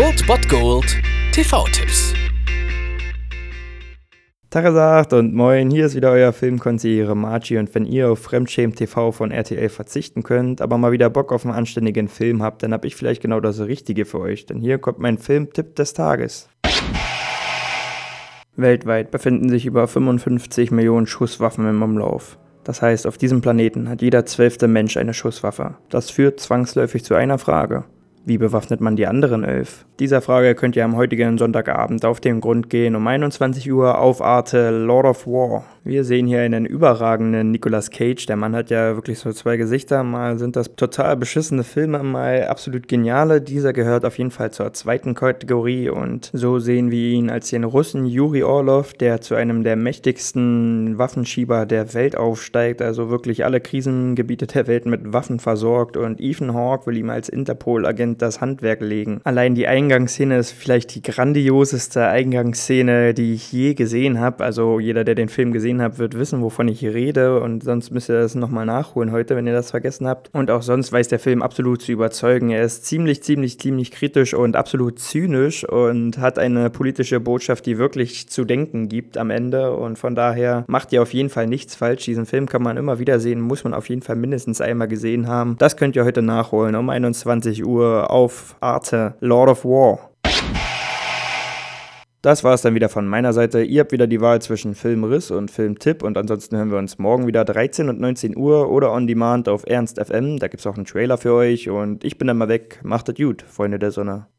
Old Bot Gold TV-Tipps. Tagesacht und moin, hier ist wieder euer Filmkonsigliere Margie und wenn ihr auf Fremdschämen TV von RTL verzichten könnt, aber mal wieder Bock auf einen anständigen Film habt, dann hab ich vielleicht genau das Richtige für euch, denn hier kommt mein Filmtipp des Tages. Weltweit befinden sich über 55 Millionen Schusswaffen im Umlauf. Das heißt, auf diesem Planeten hat jeder 12. Mensch eine Schusswaffe. Das führt zwangsläufig zu einer Frage. Wie bewaffnet man die anderen 11? Dieser Frage könnt ihr am heutigen Sonntagabend auf den Grund gehen um 21 Uhr auf Arte Lord of War. Wir sehen hier einen überragenden Nicolas Cage. Der Mann hat ja wirklich so zwei Gesichter. Mal sind das total beschissene Filme, mal absolut geniale. Dieser gehört auf jeden Fall zur zweiten Kategorie und so sehen wir ihn als den Russen Yuri Orlov, der zu einem der mächtigsten Waffenschieber der Welt aufsteigt, also wirklich alle Krisengebiete der Welt mit Waffen versorgt und Ethan Hawke will ihm als Interpol-Agent das Handwerk legen. Allein die Eingangsszene ist vielleicht die grandioseste Eingangsszene, die ich je gesehen habe. Also jeder, der den Film gesehen hat, wird wissen, wovon ich hier rede und sonst müsst ihr das nochmal nachholen heute, wenn ihr das vergessen habt. Und auch sonst weiß der Film absolut zu überzeugen. Er ist ziemlich kritisch und absolut zynisch und hat eine politische Botschaft, die wirklich zu denken gibt am Ende und von daher macht ihr auf jeden Fall nichts falsch. Diesen Film kann man immer wieder sehen, muss man auf jeden Fall mindestens einmal gesehen haben. Das könnt ihr heute nachholen um 21 Uhr auf Arte Lord of War. Das war es dann wieder von meiner Seite. Ihr habt wieder die Wahl zwischen Filmriss und Filmtipp und ansonsten hören wir uns morgen wieder 13 und 19 Uhr oder on demand auf Ernst FM. Da gibt's auch einen Trailer für euch und ich bin dann mal weg. Macht es gut, Freunde der Sonne.